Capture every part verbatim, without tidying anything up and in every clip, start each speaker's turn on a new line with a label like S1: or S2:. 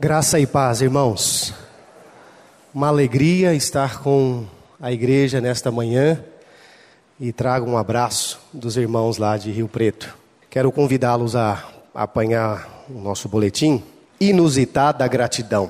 S1: Graça e paz, irmãos. Uma alegria estar com a igreja nesta manhã e trago um abraço dos irmãos lá de Rio Preto. Quero convidá-los a apanhar o nosso boletim Inusitada Gratidão.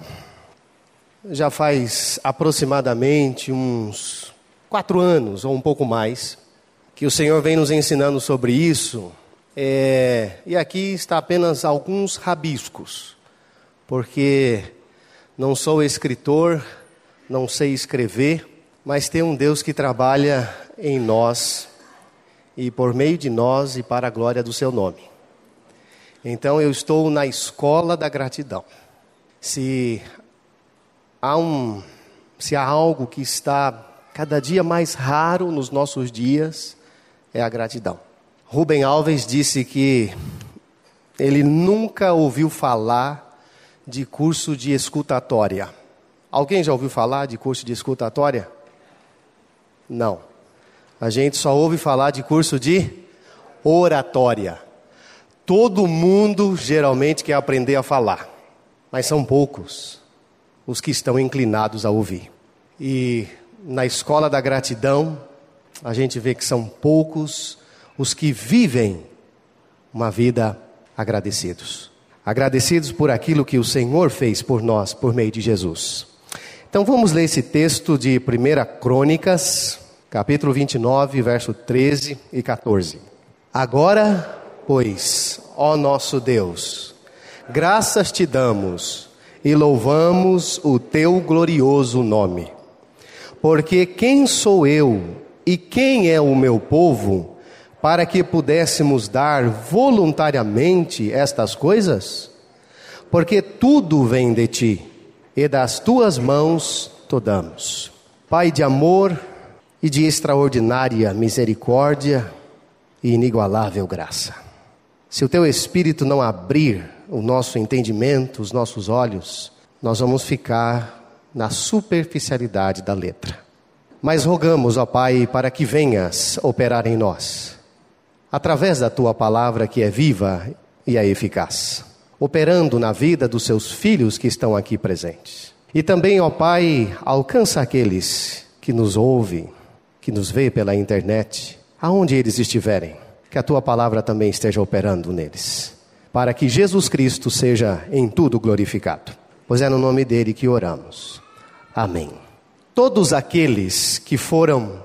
S1: Já faz aproximadamente uns quatro anos ou um pouco mais que o Senhor vem nos ensinando sobre isso, é, e aqui está apenas alguns rabiscos, porque não sou escritor, não sei escrever, mas tem um Deus que trabalha em nós e por meio de nós e para a glória do seu nome. Então eu estou na escola da gratidão. Se há, um, se há algo que está cada dia mais raro nos nossos dias, é a gratidão. Rubem Alves disse que ele nunca ouviu falar de curso de escutatória. Alguém já ouviu falar de curso de escutatória? Não. A gente só ouve falar de curso de oratória. Todo mundo geralmente quer aprender a falar, mas são poucos os que estão inclinados a ouvir. E na escola da gratidão, a gente vê que são poucos os que vivem uma vida agradecidos. Agradecidos por aquilo que o Senhor fez por nós, por meio de Jesus. Então vamos ler esse texto de primeira Crônicas, capítulo vinte e nove, verso treze e quatorze. Agora, pois, ó nosso Deus, graças te damos e louvamos o teu glorioso nome. Porque quem sou eu e quem é o meu povo, para que pudéssemos dar voluntariamente estas coisas? Porque tudo vem de ti, e das tuas mãos te damos. Pai de amor e de extraordinária misericórdia e inigualável graça. Se o teu Espírito não abrir o nosso entendimento, os nossos olhos, nós vamos ficar na superficialidade da letra. Mas rogamos, ó Pai, para que venhas operar em nós, através da tua palavra que é viva e é eficaz, operando na vida dos seus filhos que estão aqui presentes. E também, ó Pai, alcança aqueles que nos ouvem, que nos vê pela internet, aonde eles estiverem, que a tua palavra também esteja operando neles, para que Jesus Cristo seja em tudo glorificado. Pois é no nome dele que oramos. Amém. Todos aqueles que foram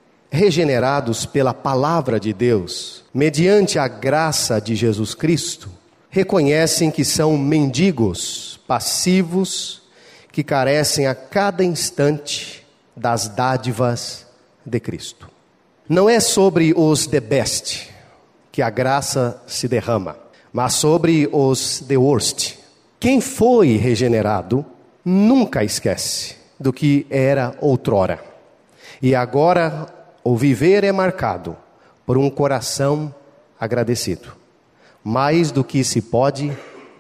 S1: regenerados pela palavra de Deus, mediante a graça de Jesus Cristo, reconhecem que são mendigos, passivos, que carecem a cada instante das dádivas de Cristo. Não é sobre os the best que a graça se derrama, mas sobre os the worst. Quem foi regenerado nunca esquece do que era outrora. E agora o viver é marcado por um coração agradecido, mais do que se pode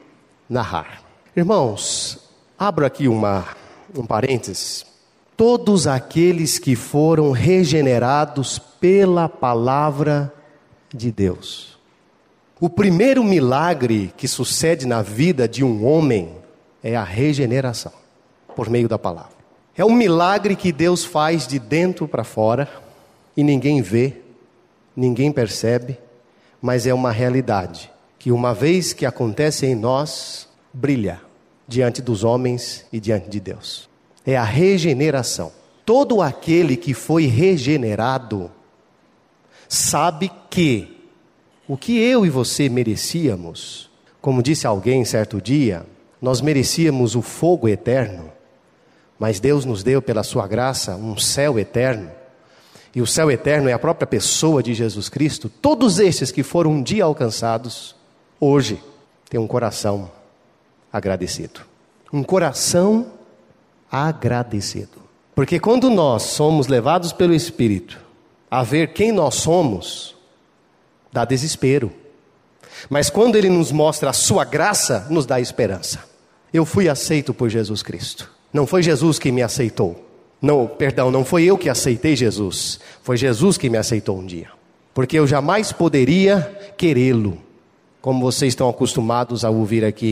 S1: narrar. Irmãos, abro aqui uma, um parênteses. Todos aqueles que foram regenerados pela palavra de Deus. O primeiro milagre que sucede na vida de um homem é a regeneração, por meio da palavra. É um milagre que Deus faz de dentro para fora, e ninguém vê, ninguém percebe, mas é uma realidade, que uma vez que acontece em nós, brilha diante dos homens e diante de Deus. É a regeneração. Todo aquele que foi regenerado, sabe que o que eu e você merecíamos, como disse alguém certo dia, nós merecíamos o fogo eterno, mas Deus nos deu pela sua graça um céu eterno, e o céu eterno é a própria pessoa de Jesus Cristo. Todos esses que foram um dia alcançados, hoje têm um coração agradecido. Um coração agradecido. Porque quando nós somos levados pelo Espírito a ver quem nós somos, dá desespero. Mas quando Ele nos mostra a sua graça, nos dá esperança. Eu fui aceito por Jesus Cristo. Não foi Jesus que me aceitou. Não, perdão, não foi eu que aceitei Jesus. Foi Jesus que me aceitou um dia. Porque eu jamais poderia querê-lo, como vocês estão acostumados a ouvir aqui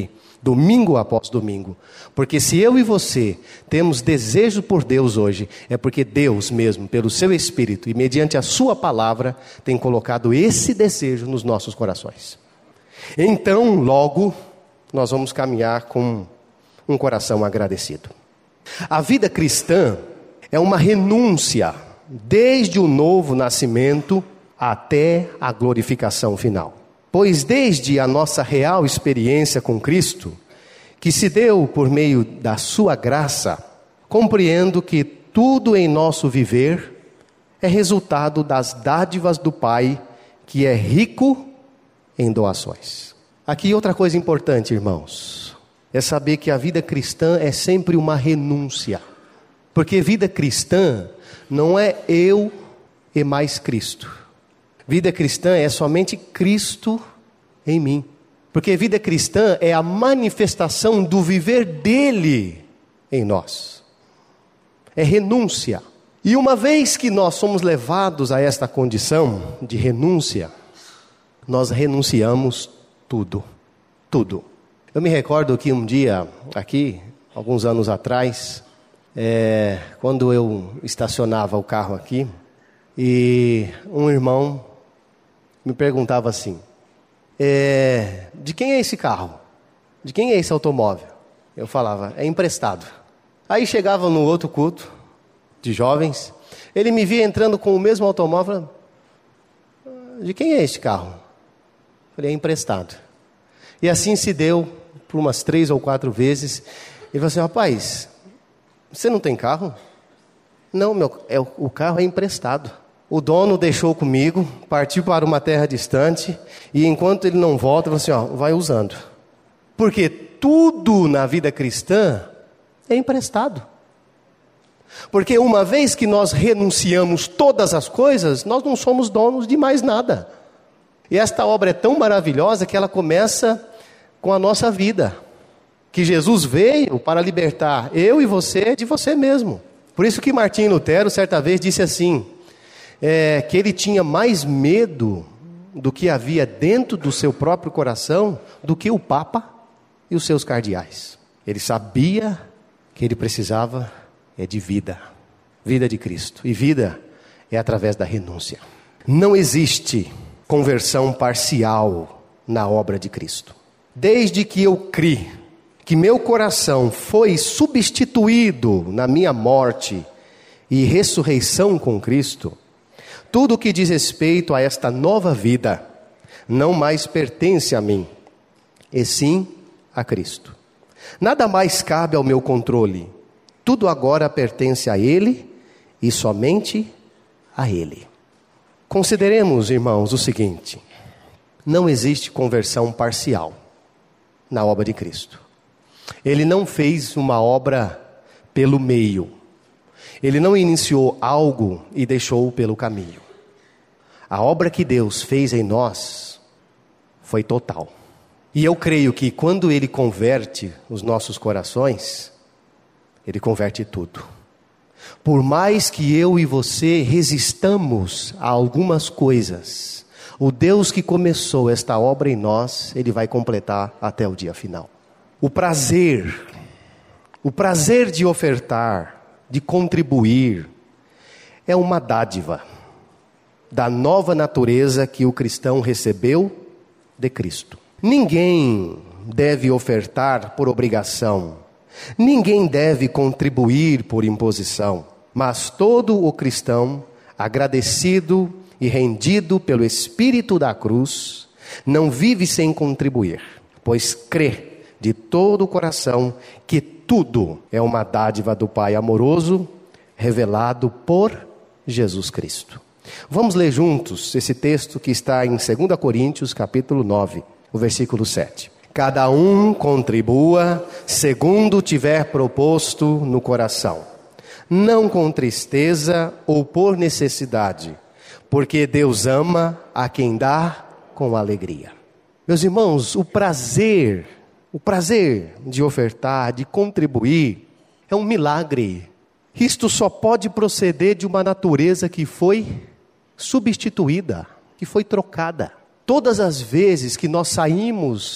S1: domingo após domingo. Porque se eu e você temos desejo por Deus hoje, é porque Deus mesmo, pelo seu Espírito e mediante a sua palavra, tem colocado esse desejo nos nossos corações. Então, logo, nós vamos caminhar com um coração agradecido. A vida cristã é uma renúncia, desde o novo nascimento até a glorificação final. Pois desde a nossa real experiência com Cristo, que se deu por meio da sua graça, compreendo que tudo em nosso viver é resultado das dádivas do Pai, que é rico em doações. Aqui outra coisa importante, irmãos, é saber que a vida cristã é sempre uma renúncia. Porque vida cristã não é eu e mais Cristo. Vida cristã é somente Cristo em mim. Porque vida cristã é a manifestação do viver dele em nós. É renúncia. E uma vez que nós somos levados a esta condição de renúncia, nós renunciamos tudo. Tudo. Eu me recordo que um dia, aqui, alguns anos atrás, é, quando eu estacionava o carro aqui, e um irmão me perguntava assim, é, de quem é esse carro? De quem é esse automóvel? Eu falava, é emprestado. Aí chegava no outro culto de jovens, ele me via entrando com o mesmo automóvel, de quem é este carro? Eu falei, é emprestado. E assim se deu por umas três ou quatro vezes. Ele falou assim, rapaz, você não tem carro? Não, meu, é, o carro é emprestado. O dono deixou comigo, partiu para uma terra distante, e enquanto ele não volta, ele falou assim, ó, vai usando. Porque tudo na vida cristã é emprestado. Porque uma vez que nós renunciamos todas as coisas, nós não somos donos de mais nada. E esta obra é tão maravilhosa que ela começa com a nossa vida. Que Jesus veio para libertar eu e você de você mesmo. Por isso que Martim Lutero certa vez disse assim, é, que ele tinha mais medo do que havia dentro do seu próprio coração do que o Papa e os seus cardeais. Ele sabia que ele precisava é de vida, vida de Cristo. E vida é através da renúncia. Não existe conversão parcial na obra de Cristo. Desde que eu criei que meu coração foi substituído na minha morte e ressurreição com Cristo, tudo que diz respeito a esta nova vida não mais pertence a mim, e sim a Cristo. Nada mais cabe ao meu controle. Tudo agora pertence a Ele e somente a Ele. Consideremos, irmãos, o seguinte: não existe conversão parcial na obra de Cristo. Ele não fez uma obra pelo meio. Ele não iniciou algo e deixou pelo caminho. A obra que Deus fez em nós foi total. E eu creio que quando Ele converte os nossos corações, Ele converte tudo. Por mais que eu e você resistamos a algumas coisas, o Deus que começou esta obra em nós, Ele vai completar até o dia final. O prazer, o prazer de ofertar, de contribuir, é uma dádiva da nova natureza que o cristão recebeu de Cristo. Ninguém deve ofertar por obrigação, ninguém deve contribuir por imposição, mas todo o cristão, agradecido e rendido pelo Espírito da cruz, não vive sem contribuir, pois crê de todo o coração que tudo é uma dádiva do Pai amoroso, revelado por Jesus Cristo. Vamos ler juntos esse texto que está em dois Coríntios, capítulo nove, o versículo sete. Cada um contribua segundo tiver proposto no coração, não com tristeza ou por necessidade, porque Deus ama a quem dá com alegria. Meus irmãos, o prazer, o prazer de ofertar, de contribuir, é um milagre. Isto só pode proceder de uma natureza que foi substituída, que foi trocada. Todas as vezes que nós saímos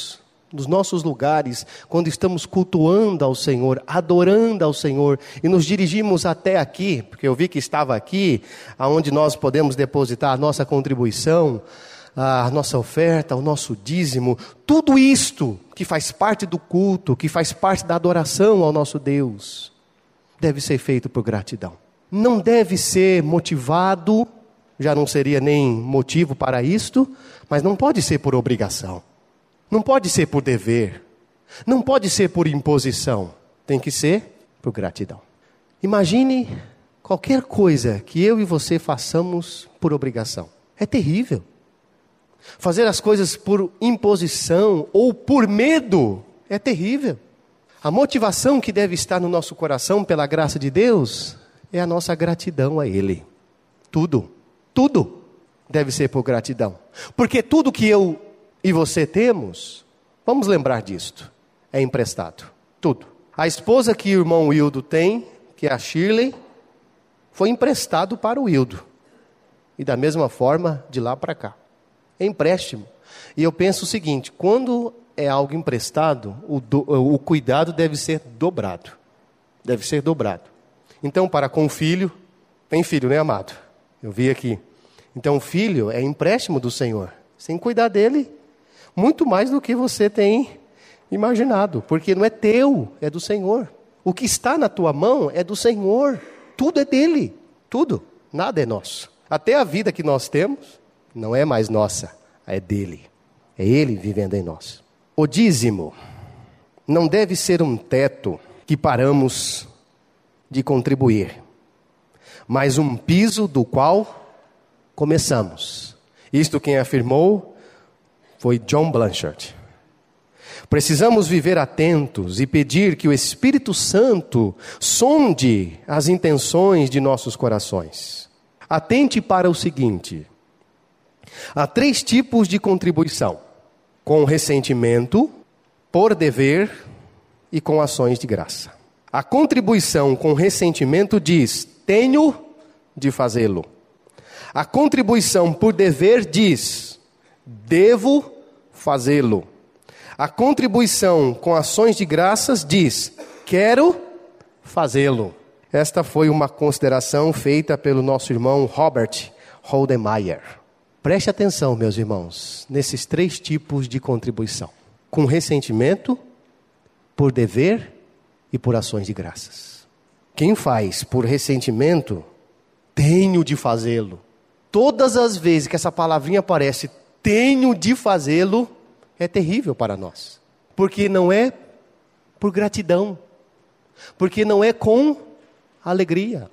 S1: nos nossos lugares, quando estamos cultuando ao Senhor, adorando ao Senhor, e nos dirigimos até aqui, porque eu vi que estava aqui, aonde nós podemos depositar a nossa contribuição, a nossa oferta, o nosso dízimo, tudo isto que faz parte do culto, que faz parte da adoração ao nosso Deus, deve ser feito por gratidão. Não deve ser motivado, já não seria nem motivo para isto, mas não pode ser por obrigação. Não pode ser por dever. Não pode ser por imposição. Tem que ser por gratidão. Imagine qualquer coisa que eu e você façamos por obrigação. É terrível. Fazer as coisas por imposição ou por medo é terrível. A motivação que deve estar no nosso coração pela graça de Deus é a nossa gratidão a Ele. Tudo, tudo deve ser por gratidão. Porque tudo que eu e você temos, vamos lembrar disto, é emprestado. Tudo. A esposa que o irmão Wildo tem, que é a Shirley, foi emprestado para o Wildo. E da mesma forma, de lá para cá. É empréstimo. E eu penso o seguinte, quando é algo emprestado, o, do, o cuidado deve ser dobrado. Deve ser dobrado. Então, para com o filho, tem filho, né, amado? Eu vi aqui. Então, o filho é empréstimo do Senhor. Você tem que cuidar dele muito mais do que você tem imaginado. Porque não é teu, é do Senhor. O que está na tua mão é do Senhor. Tudo é dele. Tudo. Nada é nosso. Até a vida que nós temos não é mais nossa, é dele. É ele vivendo em nós. O dízimo não deve ser um teto que paramos de contribuir, mas um piso do qual começamos. Isto quem afirmou foi John Blanchard. Precisamos viver atentos e pedir que o Espírito Santo sonde as intenções de nossos corações. Atente para o seguinte: há três tipos de contribuição: com ressentimento, por dever e com ações de graça. A contribuição com ressentimento diz: tenho de fazê-lo. A contribuição por dever diz: devo fazê-lo. A contribuição com ações de graças diz: quero fazê-lo. Esta foi uma consideração feita pelo nosso irmão Robert Holdemeyer. Preste atenção, meus irmãos, nesses três tipos de contribuição: com ressentimento, por dever e por ações de graças. Quem faz por ressentimento, tenho de fazê-lo. Todas as vezes que essa palavrinha aparece, tenho de fazê-lo, é terrível para nós. Porque não é por gratidão. Porque não é com alegria.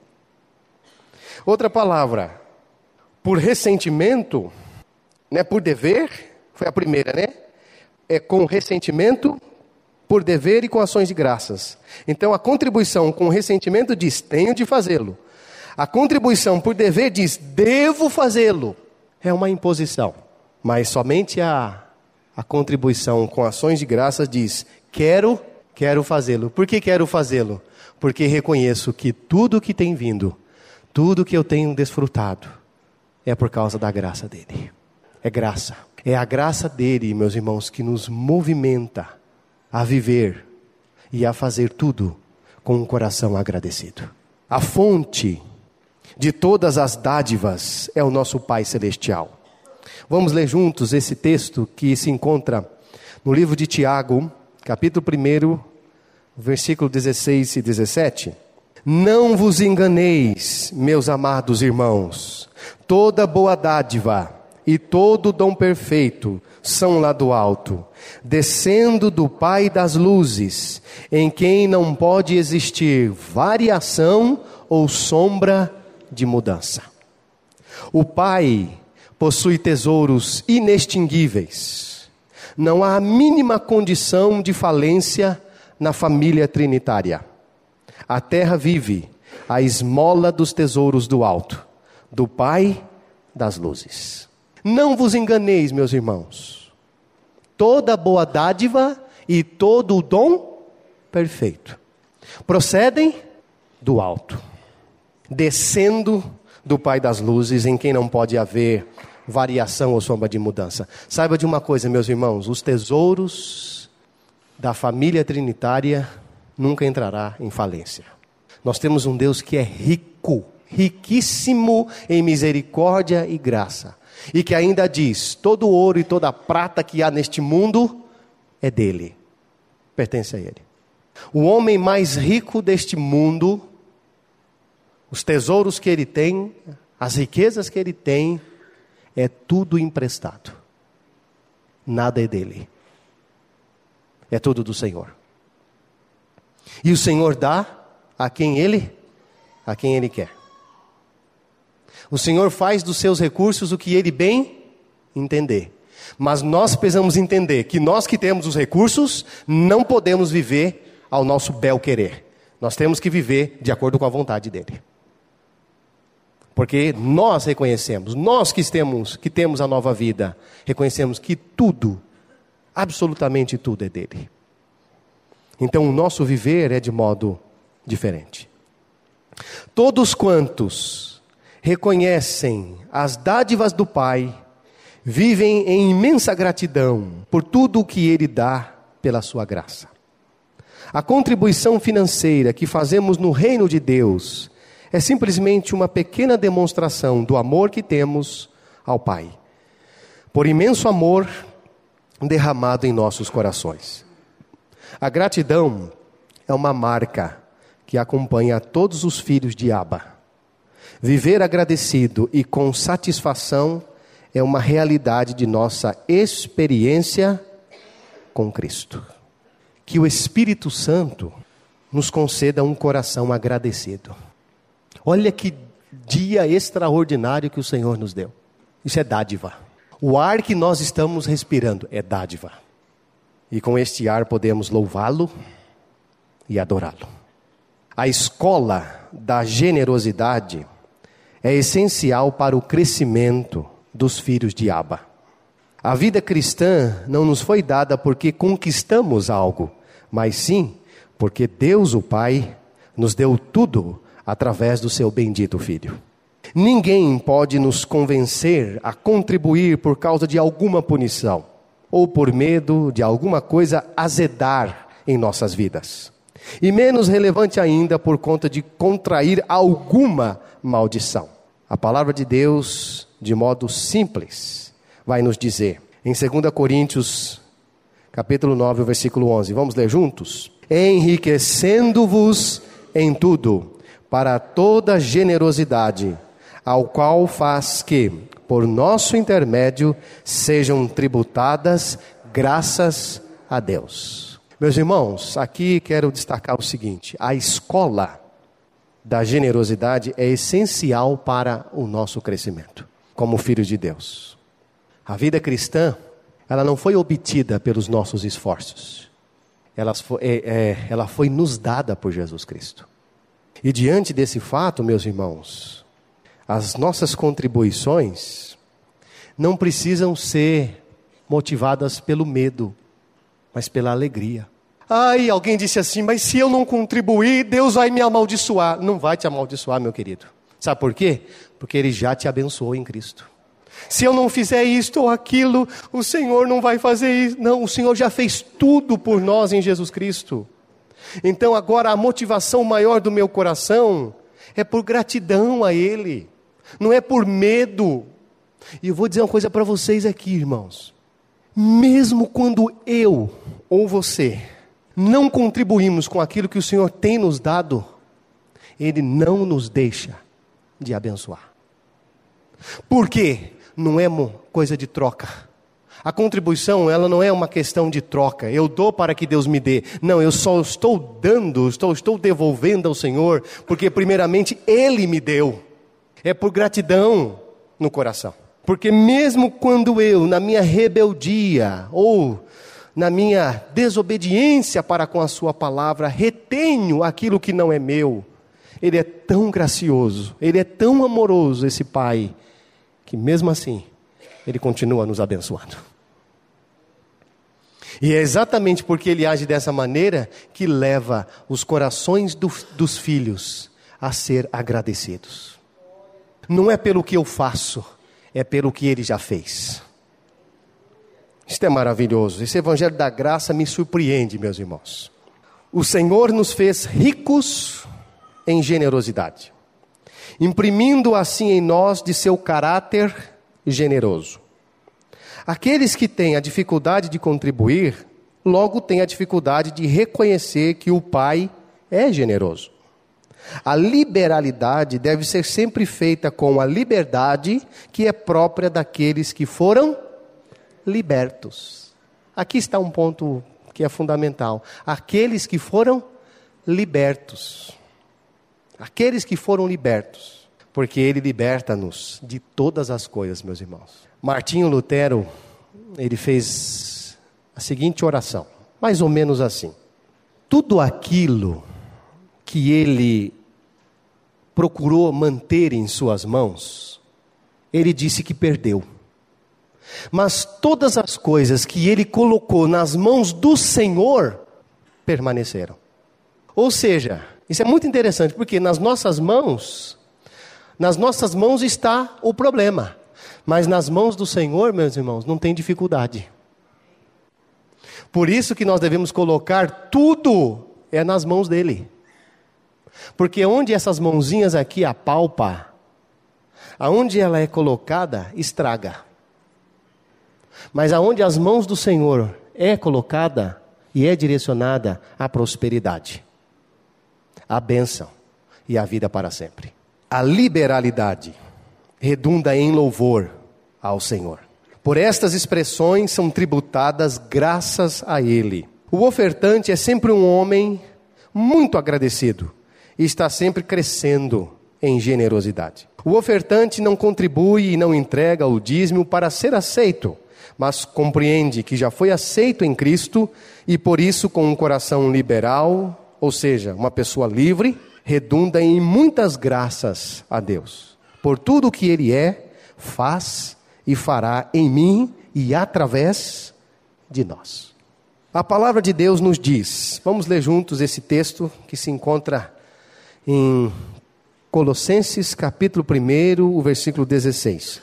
S1: Outra palavra, por ressentimento, né, por dever, foi a primeira, né? É com ressentimento, por dever e com ações de graças. Então a contribuição com ressentimento diz: tenho de fazê-lo. A contribuição por dever diz: devo fazê-lo. É uma imposição. Mas somente a, a contribuição com ações de graças diz: quero, quero fazê-lo. Por que quero fazê-lo? Porque reconheço que tudo que tem vindo, tudo que eu tenho desfrutado, é por causa da graça dele. É graça. É a graça dele, meus irmãos, que nos movimenta a viver e a fazer tudo com um coração agradecido. A fonte de todas as dádivas é o nosso Pai Celestial. Vamos ler juntos esse texto que se encontra no livro de Tiago, capítulo um, versículo dezesseis e dezessete. Não vos enganeis, meus amados irmãos, toda boa dádiva e todo dom perfeito são lá do alto, descendo do Pai das luzes, em quem não pode existir variação ou sombra de mudança. O Pai possui tesouros inextinguíveis. Não há a mínima condição de falência na família trinitária. A terra vive a esmola dos tesouros do alto, do Pai das luzes. Não vos enganeis, meus irmãos. Toda boa dádiva e todo o dom perfeito procedem do alto, descendo do Pai das luzes, em quem não pode haver variação ou sombra de mudança. Saiba de uma coisa, meus irmãos: os tesouros da família trinitária nunca entrará em falência. Nós temos um Deus que é rico, riquíssimo em misericórdia e graça. E que ainda diz, todo o ouro e toda a prata que há neste mundo é dele, pertence a ele. O homem mais rico deste mundo, os tesouros que ele tem, as riquezas que ele tem, é tudo emprestado. Nada é dele. É tudo do Senhor. E o Senhor dá a quem ele, a quem ele quer. O Senhor faz dos seus recursos o que ele bem entender. Mas nós precisamos entender que nós que temos os recursos, não podemos viver ao nosso bel querer. Nós temos que viver de acordo com a vontade dele. Porque nós reconhecemos, nós que temos, que temos a nova vida, reconhecemos que tudo, absolutamente tudo é dele. Então o nosso viver é de modo diferente. Todos quantos reconhecem as dádivas do Pai, vivem em imensa gratidão por tudo o que Ele dá pela sua graça. A contribuição financeira que fazemos no reino de Deus é simplesmente uma pequena demonstração do amor que temos ao Pai, por imenso amor derramado em nossos corações. A gratidão é uma marca que acompanha todos os filhos de Abba. Viver agradecido e com satisfação é uma realidade de nossa experiência com Cristo. Que o Espírito Santo nos conceda um coração agradecido. Olha que dia extraordinário que o Senhor nos deu. Isso é dádiva. O ar que nós estamos respirando é dádiva. E com este ar podemos louvá-lo e adorá-lo. A escola da generosidade é essencial para o crescimento dos filhos de Abba. A vida cristã não nos foi dada porque conquistamos algo, mas sim porque Deus, o Pai, nos deu tudo através do seu bendito Filho. Ninguém pode nos convencer a contribuir por causa de alguma punição, ou por medo de alguma coisa azedar em nossas vidas. E menos relevante ainda, por conta de contrair alguma maldição. A palavra de Deus, de modo simples, vai nos dizer, em dois Coríntios, capítulo nove, versículo onze, vamos ler juntos? Enriquecendo-vos em tudo, para toda generosidade, ao qual faz que, por nosso intermédio, sejam tributadas graças a Deus. Meus irmãos, aqui quero destacar o seguinte: a escola da generosidade é essencial para o nosso crescimento, como filhos de Deus. A vida cristã, ela não foi obtida pelos nossos esforços, ela foi, é, é, ela foi nos dada por Jesus Cristo. E diante desse fato, meus irmãos, as nossas contribuições não precisam ser motivadas pelo medo, mas pela alegria. Ai, alguém disse assim, mas se eu não contribuir, Deus vai me amaldiçoar. Não vai te amaldiçoar, meu querido. Sabe por quê? Porque Ele já te abençoou em Cristo. Se eu não fizer isto ou aquilo, o Senhor não vai fazer isso. Não, o Senhor já fez tudo por nós em Jesus Cristo. Então agora a motivação maior do meu coração é por gratidão a Ele. Não é por medo. E eu vou dizer uma coisa para vocês aqui, irmãos. Mesmo quando eu ou você não contribuímos com aquilo que o Senhor tem nos dado, Ele não nos deixa de abençoar. Por quê? Não é uma coisa de troca. A contribuição, ela não é uma questão de troca. Eu dou para que Deus me dê. Não, eu só estou dando, estou, estou devolvendo ao Senhor, porque primeiramente Ele me deu. É por gratidão no coração. Porque mesmo quando eu, na minha rebeldia, ou na minha desobediência para com a sua palavra, retenho aquilo que não é meu, Ele é tão gracioso, Ele é tão amoroso, esse Pai, que mesmo assim, Ele continua nos abençoando. E é exatamente porque Ele age dessa maneira que leva os corações do, dos filhos a ser agradecidos. Não é pelo que eu faço, é pelo que Ele já fez. Isto é maravilhoso. Esse evangelho da graça me surpreende, meus irmãos. O Senhor nos fez ricos em generosidade, imprimindo assim em nós de seu caráter generoso. Aqueles que têm a dificuldade de contribuir, logo têm a dificuldade de reconhecer que o Pai é generoso. A liberalidade deve ser sempre feita com a liberdade que é própria daqueles que foram libertos. Aqui está um ponto que é fundamental. Aqueles que foram libertos. Aqueles que foram libertos. Porque Ele liberta-nos de todas as coisas, meus irmãos. Martinho Lutero, ele fez a seguinte oração, mais ou menos assim: tudo aquilo que ele procurou manter em suas mãos, ele disse que perdeu. Mas todas as coisas que ele colocou nas mãos do Senhor, permaneceram. Ou seja, isso é muito interessante, porque nas nossas mãos, nas nossas mãos está o problema. Mas nas mãos do Senhor, meus irmãos, não tem dificuldade. Por isso que nós devemos colocar tudo é nas mãos dele. Porque onde essas mãozinhas aqui apalpa, aonde ela é colocada, estraga. Mas aonde as mãos do Senhor é colocada e é direcionada à prosperidade, à bênção e à vida para sempre. A liberalidade redunda em louvor ao Senhor. Por estas expressões são tributadas graças a Ele. O ofertante é sempre um homem muito agradecido e está sempre crescendo em generosidade. O ofertante não contribui e não entrega o dízimo para ser aceito, mas compreende que já foi aceito em Cristo e por isso com um coração liberal, ou seja, uma pessoa livre, redunda em muitas graças a Deus. Por tudo o que Ele é, faz e fará em mim e através de nós. A palavra de Deus nos diz, vamos ler juntos esse texto que se encontra em Colossenses capítulo um, o versículo dezesseis.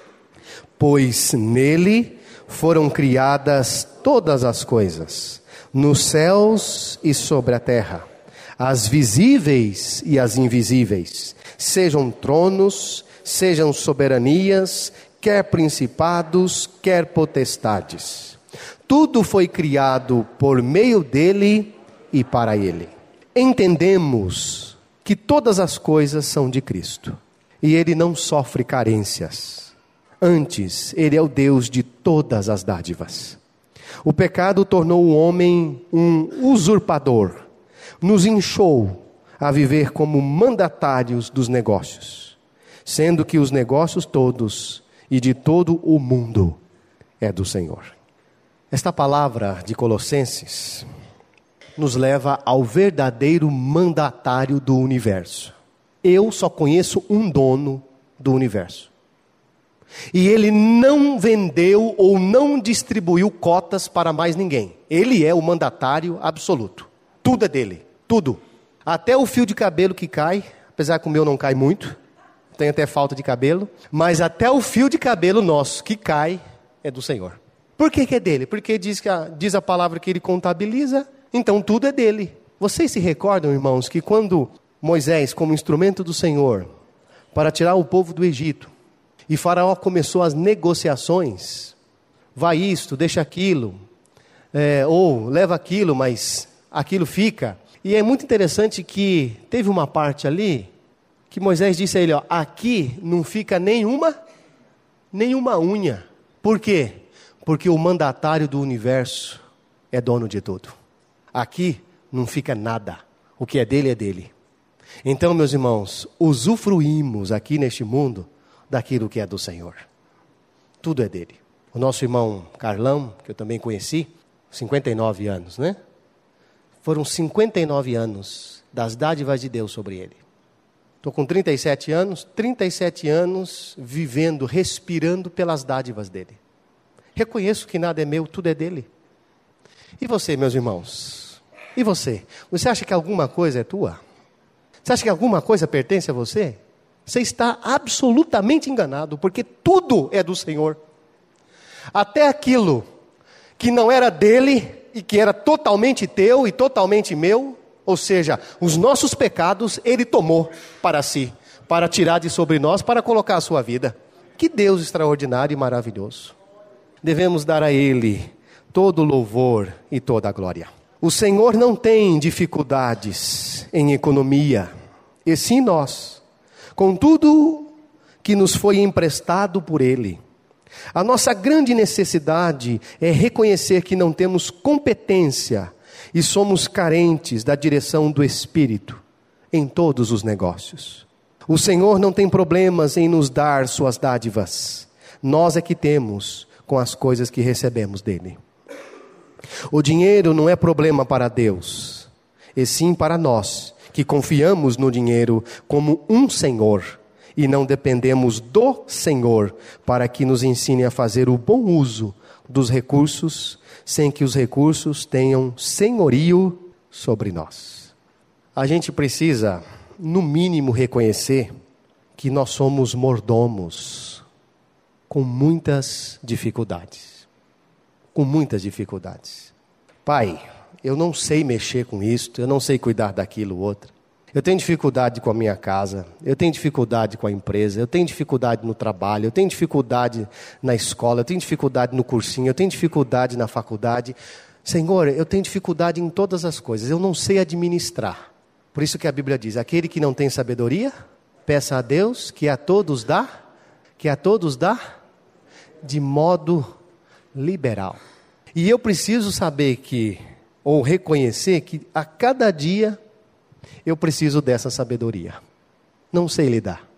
S1: Pois nele foram criadas todas as coisas, nos céus e sobre a terra, as visíveis e as invisíveis, sejam tronos, sejam soberanias, quer principados, quer potestades. Tudo foi criado por meio dele e para ele. Entendemos que todas as coisas são de Cristo e ele não sofre carências. Antes, ele é o Deus de todas as dádivas. O pecado tornou o homem um usurpador, nos inchou a viver como mandatários dos negócios, sendo que os negócios todos e de todo o mundo é do Senhor. Esta palavra de Colossenses nos leva ao verdadeiro mandatário do universo. Eu só conheço um dono do universo. E ele não vendeu ou não distribuiu cotas para mais ninguém. Ele é o mandatário absoluto. Tudo é dele, tudo. Até o fio de cabelo que cai, apesar que o meu não cai muito, tem até falta de cabelo, mas até o fio de cabelo nosso que cai é do Senhor. Por que que é dele? Porque diz, que a, diz a palavra que ele contabiliza, então tudo é dele. Vocês se recordam, irmãos, que quando Moisés, como instrumento do Senhor, para tirar o povo do Egito, e Faraó começou as negociações, vai isto, deixa aquilo, é, ou leva aquilo, mas aquilo fica. E é muito interessante que teve uma parte ali, que Moisés disse a ele, ó, aqui não fica nenhuma, nenhuma unha. Por quê? Porque o mandatário do universo é dono de tudo. Aqui não fica nada, o que é dele é dele. Então, meus irmãos, usufruímos aqui neste mundo daquilo que é do Senhor. Tudo é dele. O nosso irmão Carlão, que eu também conheci, cinquenta e nove anos, né? Foram cinquenta e nove anos das dádivas de Deus sobre ele. Estou com trinta e sete anos, trinta e sete anos vivendo, respirando pelas dádivas dele. Reconheço que nada é meu, tudo é dele. E você, meus irmãos? E você? Você acha que alguma coisa é tua? Você acha que alguma coisa pertence a você? Você está absolutamente enganado, porque tudo é do Senhor. Até aquilo, que não era dele e que era totalmente teu e totalmente meu, ou seja, os nossos pecados ele tomou para si, para tirar de sobre nós, para colocar a sua vida. Que Deus extraordinário e maravilhoso. Devemos dar a ele todo o louvor e toda a glória. O Senhor não tem dificuldades em economia, e sim nós, com tudo que nos foi emprestado por ele. A nossa grande necessidade é reconhecer que não temos competência e somos carentes da direção do Espírito em todos os negócios. O Senhor não tem problemas em nos dar suas dádivas. Nós é que temos com as coisas que recebemos dele. O dinheiro não é problema para Deus, e sim para nós, que confiamos no dinheiro como um Senhor e não dependemos do Senhor para que nos ensine a fazer o bom uso dos recursos, sem que os recursos tenham senhorio sobre nós. A gente precisa, no mínimo, reconhecer que nós somos mordomos com muitas dificuldades. Com muitas dificuldades. Pai, eu não sei mexer com isto, eu não sei cuidar daquilo outro. Eu tenho dificuldade com a minha casa, eu tenho dificuldade com a empresa, eu tenho dificuldade no trabalho, eu tenho dificuldade na escola, eu tenho dificuldade no cursinho, eu tenho dificuldade na faculdade. Senhor, eu tenho dificuldade em todas as coisas, eu não sei administrar. Por isso que a Bíblia diz, aquele que não tem sabedoria, peça a Deus que a todos dá, que a todos dá de modo liberal. E eu preciso saber que, ou reconhecer que a cada dia eu preciso dessa sabedoria. Não sei lidar.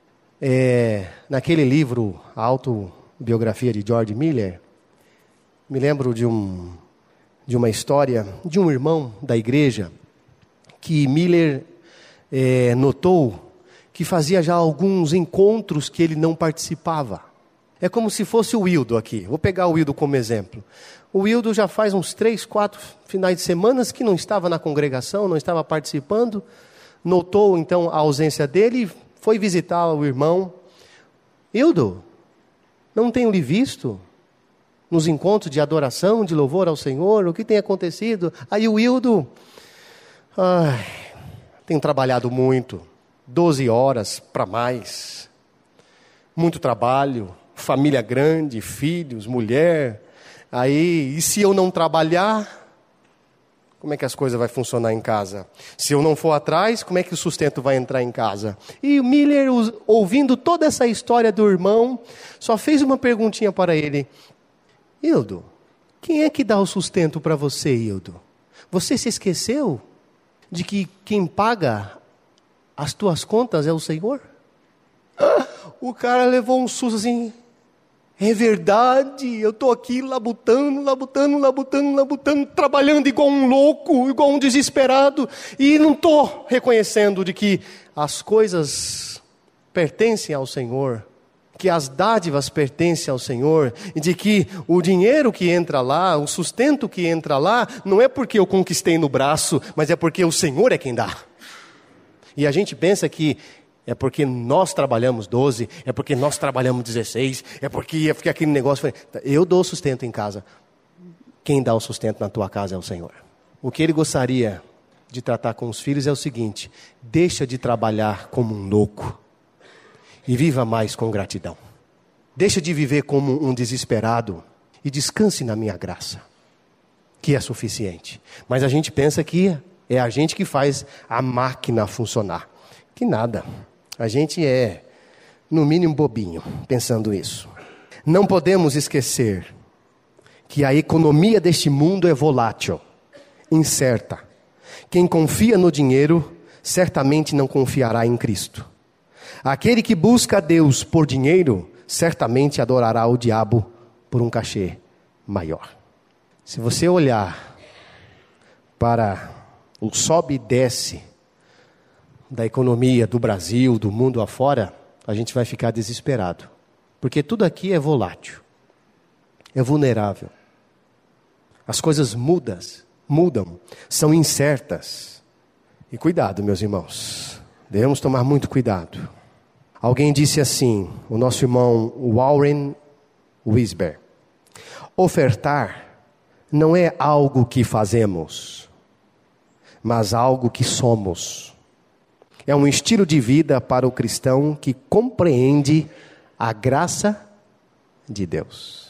S1: É, naquele livro, a autobiografia de George Miller, me lembro de, um, de uma história de um irmão da igreja que Miller é, notou que fazia já alguns encontros que ele não participava. É como se fosse o Wildo aqui. Vou pegar o Wildo como exemplo. O Wildo já faz uns três, quatro finais de semana que não estava na congregação, não estava participando. Notou então a ausência dele e foi visitar o irmão. Wildo, não tenho lhe visto nos encontros de adoração, de louvor ao Senhor, o que tem acontecido? Aí o Wildo, ai, tenho trabalhado muito, doze horas para mais, muito trabalho, família grande, filhos, mulher. Aí, e se eu não trabalhar, como é que as coisas vão funcionar em casa? Se eu não for atrás, como é que o sustento vai entrar em casa? E o Miller, ouvindo toda essa história do irmão, só fez uma perguntinha para ele. Hildo, quem é que dá o sustento para você, Hildo? Você se esqueceu de que quem paga as tuas contas é o Senhor? O cara levou um susto assim. É verdade, eu estou aqui labutando, labutando, labutando, labutando, trabalhando igual um louco, igual um desesperado, e não estou reconhecendo de que as coisas pertencem ao Senhor, que as dádivas pertencem ao Senhor, e de que o dinheiro que entra lá, o sustento que entra lá, não é porque eu conquistei no braço, mas é porque o Senhor é quem dá. E a gente pensa que é porque nós trabalhamos doze, é porque nós trabalhamos dezesseis, é porque, é porque aquele negócio foi... Eu dou sustento em casa. Quem dá o sustento na tua casa é o Senhor. O que ele gostaria de tratar com os filhos é o seguinte: deixa de trabalhar como um louco e viva mais com gratidão. Deixa de viver como um desesperado e descanse na minha graça, que é suficiente. Mas a gente pensa que é a gente que faz a máquina funcionar. Que nada. A gente é, no mínimo, bobinho, pensando isso. Não podemos esquecer que a economia deste mundo é volátil, incerta. Quem confia no dinheiro, certamente não confiará em Cristo. Aquele que busca a Deus por dinheiro, certamente adorará o diabo por um cachê maior. Se você olhar para o sobe e desce da economia do Brasil, do mundo afora, a gente vai ficar desesperado. Porque tudo aqui é volátil, é vulnerável. As coisas mudam, mudam, são incertas. E cuidado, meus irmãos, devemos tomar muito cuidado. Alguém disse assim, o nosso irmão Warren Wisber: ofertar não é algo que fazemos, mas algo que somos. É um estilo de vida para o cristão que compreende a graça de Deus.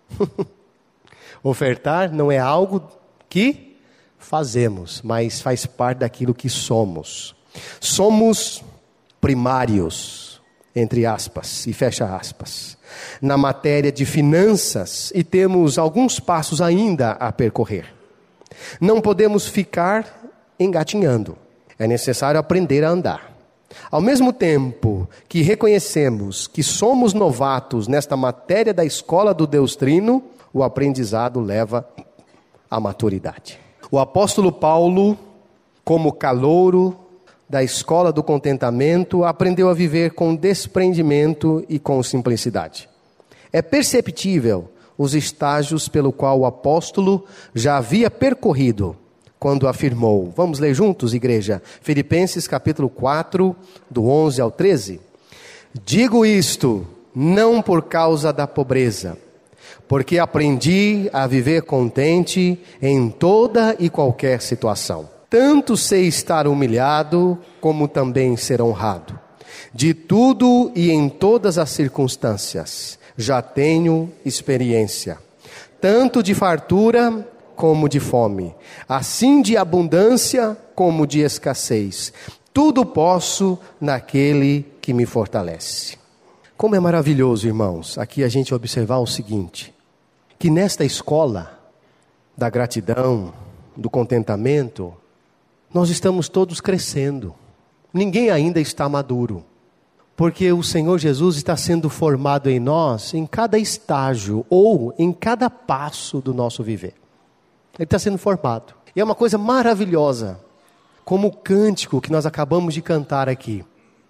S1: Ofertar não é algo que fazemos, mas faz parte daquilo que somos. Somos primários, entre aspas e fecha aspas, na matéria de finanças, e temos alguns passos ainda a percorrer. Não podemos ficar engatinhando. É necessário aprender a andar. Ao mesmo tempo que reconhecemos que somos novatos nesta matéria da escola do Deus Trino, o aprendizado leva à maturidade. O apóstolo Paulo, como calouro da escola do contentamento, aprendeu a viver com desprendimento e com simplicidade. É perceptível os estágios pelo qual o apóstolo já havia percorrido quando afirmou, vamos ler juntos, igreja, Filipenses capítulo quatro, do onze ao treze. Digo isto, não por causa da pobreza, porque aprendi a viver contente em toda e qualquer situação. Tanto sei estar humilhado, como também ser honrado. De tudo e em todas as circunstâncias, já tenho experiência, tanto de fartura como de fome, assim de abundância como de escassez. Tudo posso naquele que me fortalece. Como é maravilhoso, irmãos, aqui a gente observar o seguinte, que nesta escola da gratidão, do contentamento, nós estamos todos crescendo. Ninguém ainda está maduro, porque o Senhor Jesus está sendo formado em nós, em cada estágio ou em cada passo do nosso viver. Ele está sendo formado. E é uma coisa maravilhosa, como o cântico que nós acabamos de cantar aqui.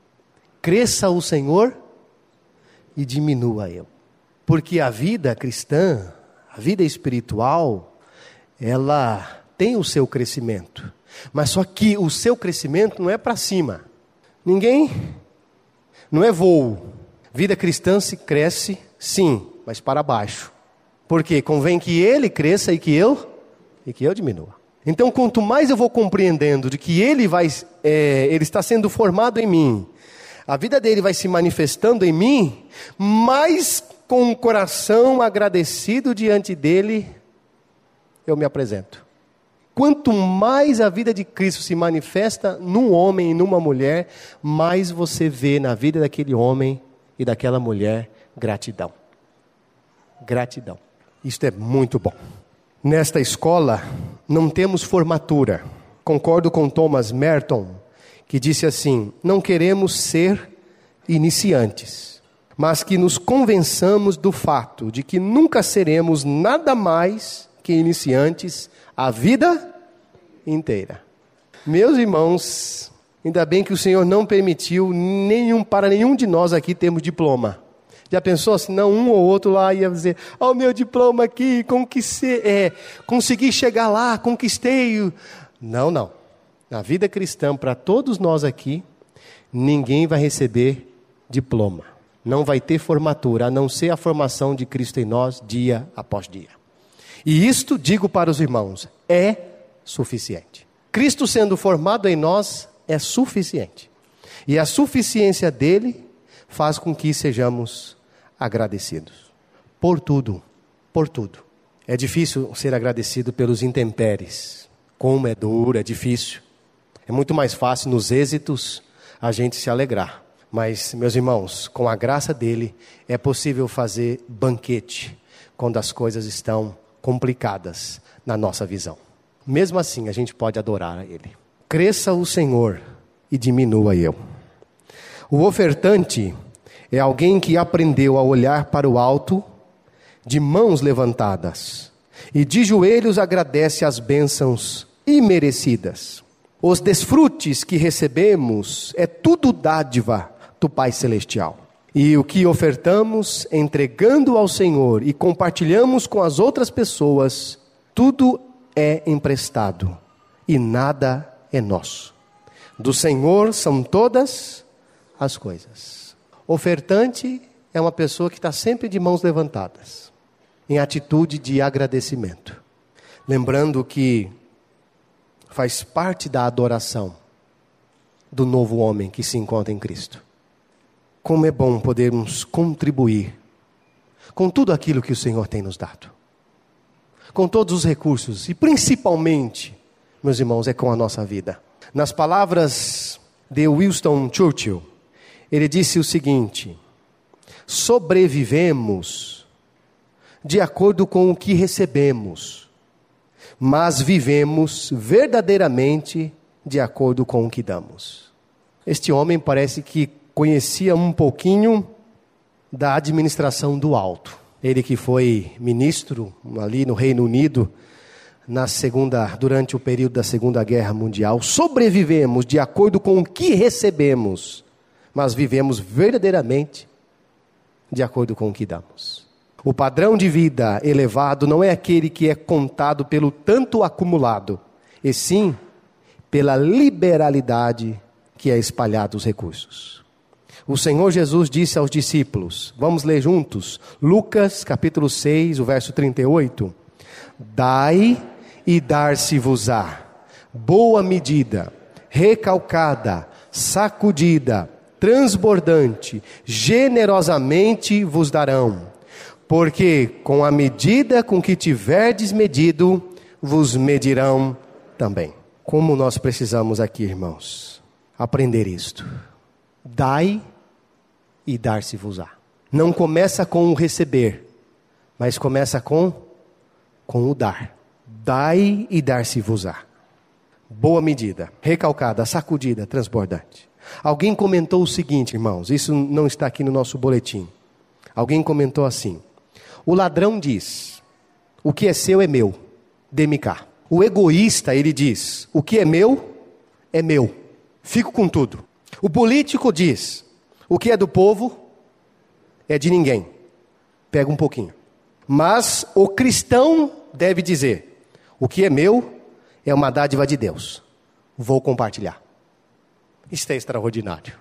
S1: Cresça o Senhor e diminua eu. Porque a vida cristã, a vida espiritual, ela tem o seu crescimento. Mas só que o seu crescimento não é para cima. Ninguém, não é voo. Vida cristã se cresce, sim, mas para baixo. Porque convém que ele cresça e que eu... e que eu diminua. Então, quanto mais eu vou compreendendo de que ele vai, é, ele está sendo formado em mim, a vida dele vai se manifestando em mim, mais com o coração agradecido diante dele, eu me apresento. Quanto mais a vida de Cristo se manifesta num homem e numa mulher, mais você vê na vida daquele homem e daquela mulher gratidão. Gratidão. Isto é muito bom. Nesta escola, não temos formatura. Concordo com Thomas Merton, que disse assim, não queremos ser iniciantes, mas que nos convençamos do fato de que nunca seremos nada mais que iniciantes a vida inteira. Meus irmãos, ainda bem que o Senhor não permitiu nenhum, para nenhum de nós aqui termos diploma. Já pensou, senão um ou outro lá ia dizer, ó, oh, meu diploma aqui, conquistei, é, consegui chegar lá, conquistei. Não, não. Na vida cristã, para todos nós aqui, ninguém vai receber diploma. Não vai ter formatura, a não ser a formação de Cristo em nós, dia após dia. E isto, digo para os irmãos, é suficiente. Cristo sendo formado em nós é suficiente. E a suficiência dele faz com que sejamos agradecidos. Por tudo, por tudo. É difícil ser agradecido pelos intempéries. Como é duro, é difícil. É muito mais fácil nos êxitos a gente se alegrar. Mas, meus irmãos, com a graça dele, é possível fazer banquete quando as coisas estão complicadas na nossa visão. Mesmo assim, a gente pode adorar a ele. Cresça o Senhor e diminua eu. O ofertante é alguém que aprendeu a olhar para o alto, de mãos levantadas, e de joelhos agradece as bênçãos imerecidas. Os desfrutes que recebemos é tudo dádiva do Pai Celestial. E o que ofertamos, entregando ao Senhor e compartilhamos com as outras pessoas, tudo é emprestado e nada é nosso. Do Senhor são todas as coisas. Ofertante é uma pessoa que está sempre de mãos levantadas, em atitude de agradecimento. lembrando que faz parte da adoração do novo homem que se encontra em Cristo. Como é bom podermos contribuir com tudo aquilo que o Senhor tem nos dado, com todos os recursos, e principalmente, meus irmãos, é com a nossa vida. Nas palavras de Winston Churchill, ele disse o seguinte: sobrevivemos de acordo com o que recebemos, mas vivemos verdadeiramente de acordo com o que damos. Este homem parece que conhecia um pouquinho da administração do alto. Ele que foi ministro ali no Reino Unido na segunda, durante o período da Segunda Guerra Mundial. Sobrevivemos de acordo com o que recebemos, mas vivemos verdadeiramente de acordo com o que damos. O padrão de vida elevado não é aquele que é contado pelo tanto acumulado, e sim pela liberalidade que é espalhada os recursos. O Senhor Jesus disse aos discípulos, vamos ler juntos, Lucas capítulo seis, o verso trinta e oito. Dai e dar-se-vos-á, boa medida, recalcada, sacudida, transbordante, generosamente vos darão, porque com a medida com que tiverdes medido, vos medirão também. Como nós precisamos aqui, irmãos, aprender isto. Dai e dar-se-vos-á. Não começa com o receber, mas começa com, com o dar. Dai e dar-se-vos-á. Boa medida, recalcada, sacudida, transbordante. Alguém comentou o seguinte, irmãos, isso não está aqui no nosso boletim. Alguém comentou assim: o ladrão diz, o que é seu é meu, dê-me cá. O egoísta, ele diz, o que é meu, é meu, fico com tudo. O político diz, o que é do povo, é de ninguém, pega um pouquinho. Mas o cristão deve dizer, o que é meu, é uma dádiva de Deus, vou compartilhar. Isso é extraordinário.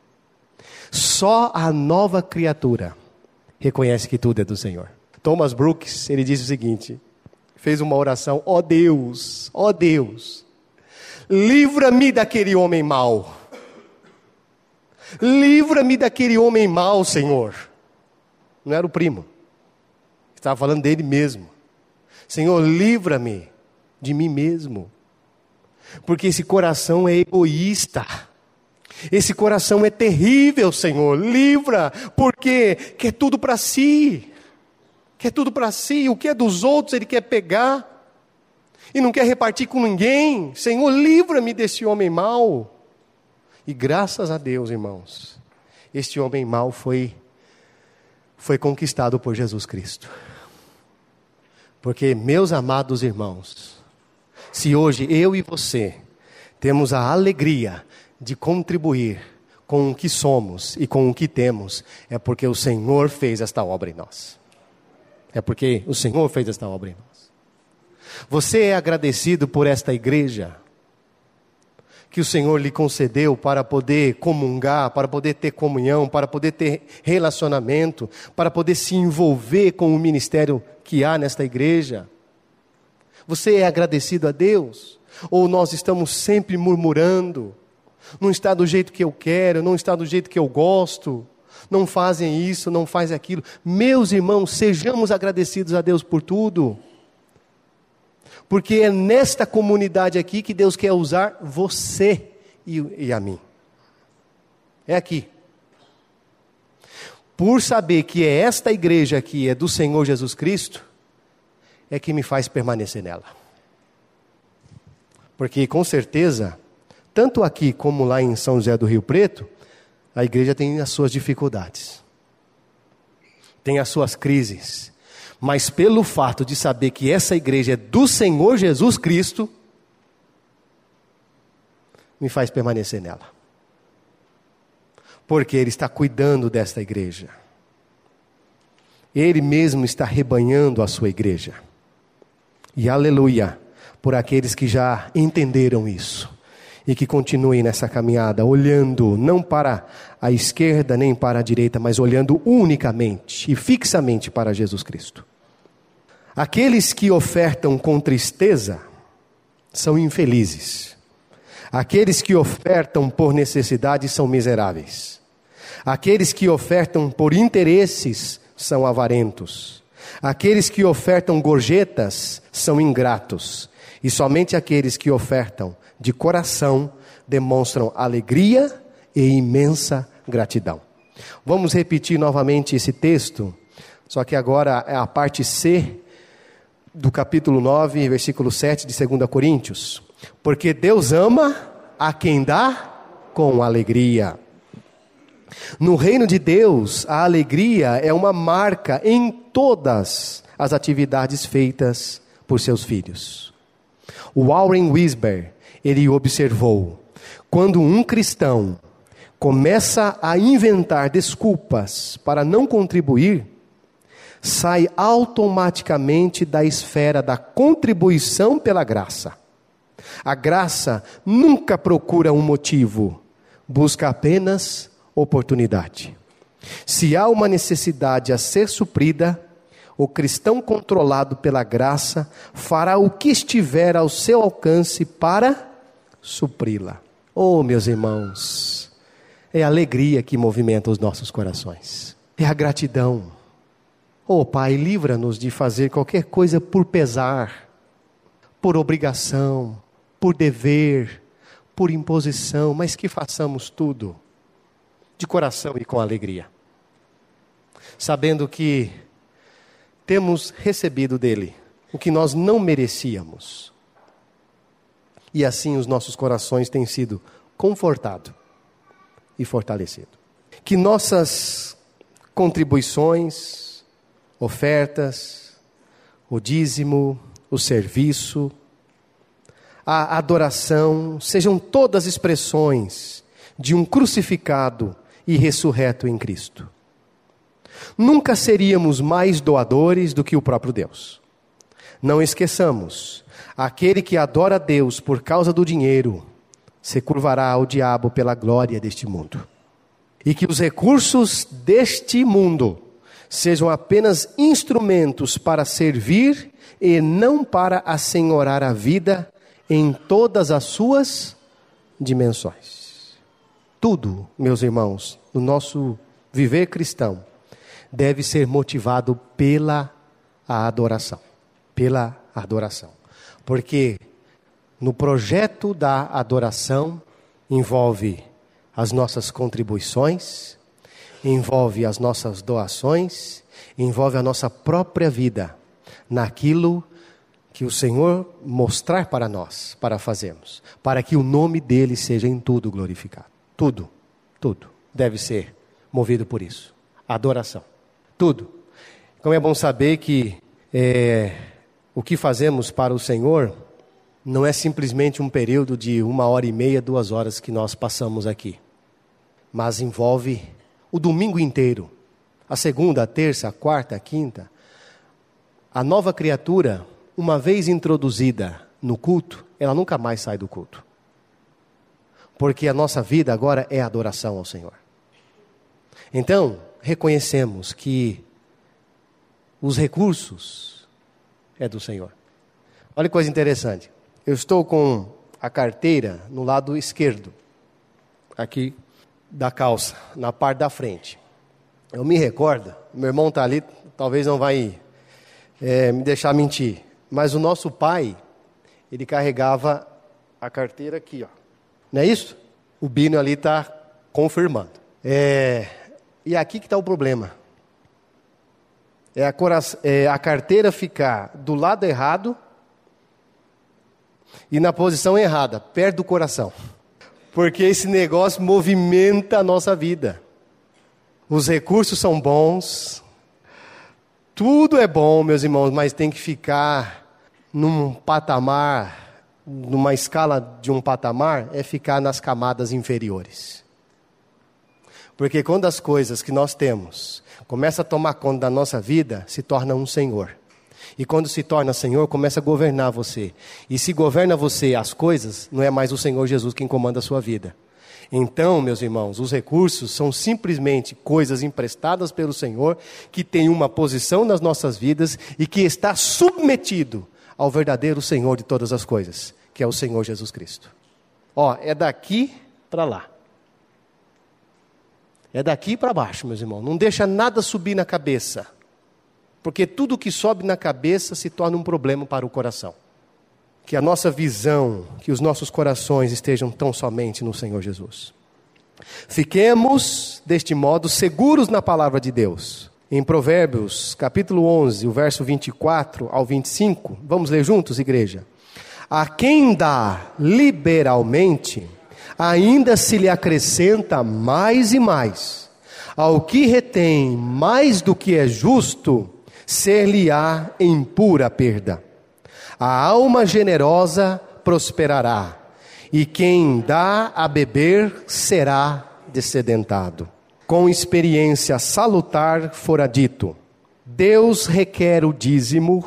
S1: Só a nova criatura reconhece que tudo é do Senhor. Thomas Brooks, ele diz o seguinte, fez uma oração, ó Deus, ó Deus, livra-me daquele homem mau. Livra-me daquele homem mau, Senhor. Não era o primo, estava falando dele mesmo. Senhor, livra-me de mim mesmo, porque esse coração é egoísta. Esse coração é terrível, Senhor. Livra, porque quer tudo para si. Quer tudo para si. O que é dos outros ele quer pegar e não quer repartir com ninguém. Senhor, livra-me desse homem mau. E graças a Deus, irmãos, este homem mau foi, foi conquistado por Jesus Cristo. Porque, meus amados irmãos, se hoje eu e você temos a alegria de contribuir com o que somos e com o que temos, é porque o Senhor fez esta obra em nós. É porque o Senhor fez esta obra em nós. Você é agradecido por esta igreja que o Senhor lhe concedeu para poder comungar, para poder ter comunhão, para poder ter relacionamento, para poder se envolver com o ministério que há nesta igreja? Você é agradecido a Deus? Ou nós estamos sempre murmurando? Não está do jeito que eu quero, não está do jeito que eu gosto, não fazem isso, não fazem aquilo. Meus irmãos, sejamos agradecidos a Deus por tudo. Porque é nesta comunidade aqui que Deus quer usar você e, e a mim. É aqui. Por saber que é esta igreja aqui, é do Senhor Jesus Cristo, é que me faz permanecer nela. Porque com certeza, tanto aqui como lá em São José do Rio Preto, a igreja tem as suas dificuldades, tem as suas crises. Mas pelo fato de saber que essa igreja é do Senhor Jesus Cristo, me faz permanecer nela. Porque Ele está cuidando desta igreja. Ele mesmo está rebanhando a sua igreja. E aleluia, por aqueles que já entenderam isso. E que continuem nessa caminhada, olhando não para a esquerda nem para a direita, mas olhando unicamente e fixamente para Jesus Cristo. Aqueles que ofertam com tristeza são infelizes. Aqueles que ofertam por necessidade são miseráveis. Aqueles que ofertam por interesses são avarentos. Aqueles que ofertam gorjetas são ingratos. E somente aqueles que ofertam de coração demonstram alegria e imensa gratidão. Vamos repetir novamente esse texto, só que agora é a parte C do capítulo nove, versículo sete de segunda Coríntios. Porque Deus ama a quem dá com alegria. No reino de Deus, a alegria é uma marca em todas as atividades feitas por seus filhos. O Warren Wiersbe, ele observou, quando um cristão começa a inventar desculpas para não contribuir, sai automaticamente da esfera da contribuição pela graça. A graça nunca procura um motivo, busca apenas oportunidade. Se há uma necessidade a ser suprida, o cristão controlado pela graça fará o que estiver ao seu alcance para supri-la. Oh, meus irmãos, é a alegria que movimenta os nossos corações. É a gratidão. Oh, Pai, livra-nos de fazer qualquer coisa por pesar, por obrigação, por dever, por imposição, mas que façamos tudo de coração e com alegria, sabendo que temos recebido dele o que nós não merecíamos, e assim os nossos corações têm sido confortados e fortalecidos. Que nossas contribuições, ofertas, o dízimo, o serviço, a adoração, sejam todas expressões de um crucificado e ressurreto em Cristo. Nunca seríamos mais doadores do que o próprio Deus. Não esqueçamos, aquele que adora a Deus por causa do dinheiro, se curvará ao diabo pela glória deste mundo. E que os recursos deste mundo sejam apenas instrumentos para servir e não para assenhorar a vida em todas as suas dimensões. Tudo, meus irmãos, no nosso viver cristão, deve ser motivado pela adoração. Pela adoração. Porque no projeto da adoração envolve as nossas contribuições, envolve as nossas doações, envolve a nossa própria vida naquilo que o Senhor mostrar para nós, para fazermos, para que o nome dele seja em tudo glorificado. Tudo, tudo deve ser movido por isso. Adoração. Tudo. Como é bom saber que é, o que fazemos para o Senhor não é simplesmente um período de uma hora e meia, duas horas que nós passamos aqui, mas envolve o domingo inteiro, a segunda, a terça, a quarta, a quinta. A nova criatura, uma vez introduzida no culto, ela nunca mais sai do culto, porque a nossa vida agora é adoração ao Senhor. Então, reconhecemos que os recursos é do Senhor. Olha que coisa interessante. Eu estou com a carteira no lado esquerdo, aqui da calça, na parte da frente. Eu me recordo, meu irmão está ali, talvez não vai é, me deixar mentir, mas o nosso pai, ele carregava a carteira aqui, ó. Não é isso? O Bino ali está confirmando. É, e aqui que está o problema. É a, cora- é a carteira ficar do lado errado e na posição errada, perto do coração. Porque esse negócio movimenta a nossa vida. Os recursos são bons, tudo é bom, meus irmãos, mas tem que ficar num patamar, numa escala de um patamar, é ficar nas camadas inferiores. Porque quando as coisas que nós temos começam a tomar conta da nossa vida, se torna um senhor. E quando se torna Senhor, começa a governar você. E se governa você as coisas, não é mais o Senhor Jesus quem comanda a sua vida. Então, meus irmãos, os recursos são simplesmente coisas emprestadas pelo Senhor, que tem uma posição nas nossas vidas e que está submetido ao verdadeiro Senhor de todas as coisas, que é o Senhor Jesus Cristo. Ó, é daqui para lá. É daqui para baixo, meus irmãos. Não deixa nada subir na cabeça. Porque tudo que sobe na cabeça se torna um problema para o coração. Que a nossa visão, que os nossos corações estejam tão somente no Senhor Jesus. Fiquemos, deste modo, seguros na palavra de Deus. Em Provérbios, capítulo onze, o verso vinte e quatro ao vinte e cinco. Vamos ler juntos, igreja? A quem dá liberalmente, ainda se lhe acrescenta mais e mais. Ao que retém mais do que é justo, ser-lhe-á em pura perda. A alma generosa prosperará, e quem dá a beber será descedentado. Com experiência salutar fora dito: Deus requer o dízimo,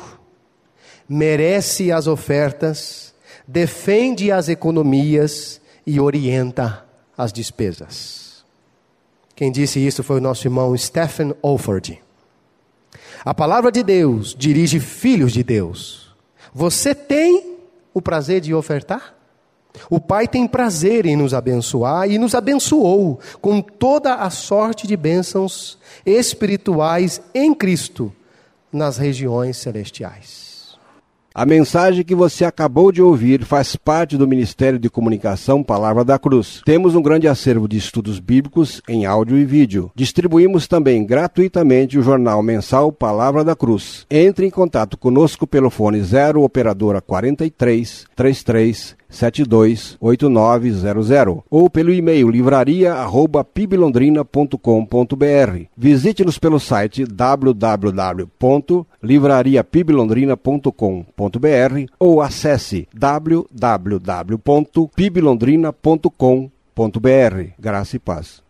S1: merece as ofertas, defende as economias e orienta as despesas. Quem disse isso foi o nosso irmão Stephen Olford. A palavra de Deus dirige filhos de Deus. Você tem o prazer de ofertar? O Pai tem prazer em nos abençoar e nos abençoou com toda a sorte de bênçãos espirituais em Cristo nas regiões celestiais.
S2: A mensagem que você acabou de ouvir faz parte do Ministério de Comunicação Palavra da Cruz. Temos um grande acervo de estudos bíblicos em áudio e vídeo. Distribuímos também gratuitamente o jornal mensal Palavra da Cruz. Entre em contato conosco pelo fone zero operadora quarenta e três, trinta e três, setenta e dois, oitenta e nove zero zero ou pelo e-mail livraria arroba piblondrina ponto com ponto br. Visite-nos pelo site w w w ponto livraria piblondrina ponto com ponto br ou acesse w w w ponto piblondrina ponto com ponto br. Graça e paz.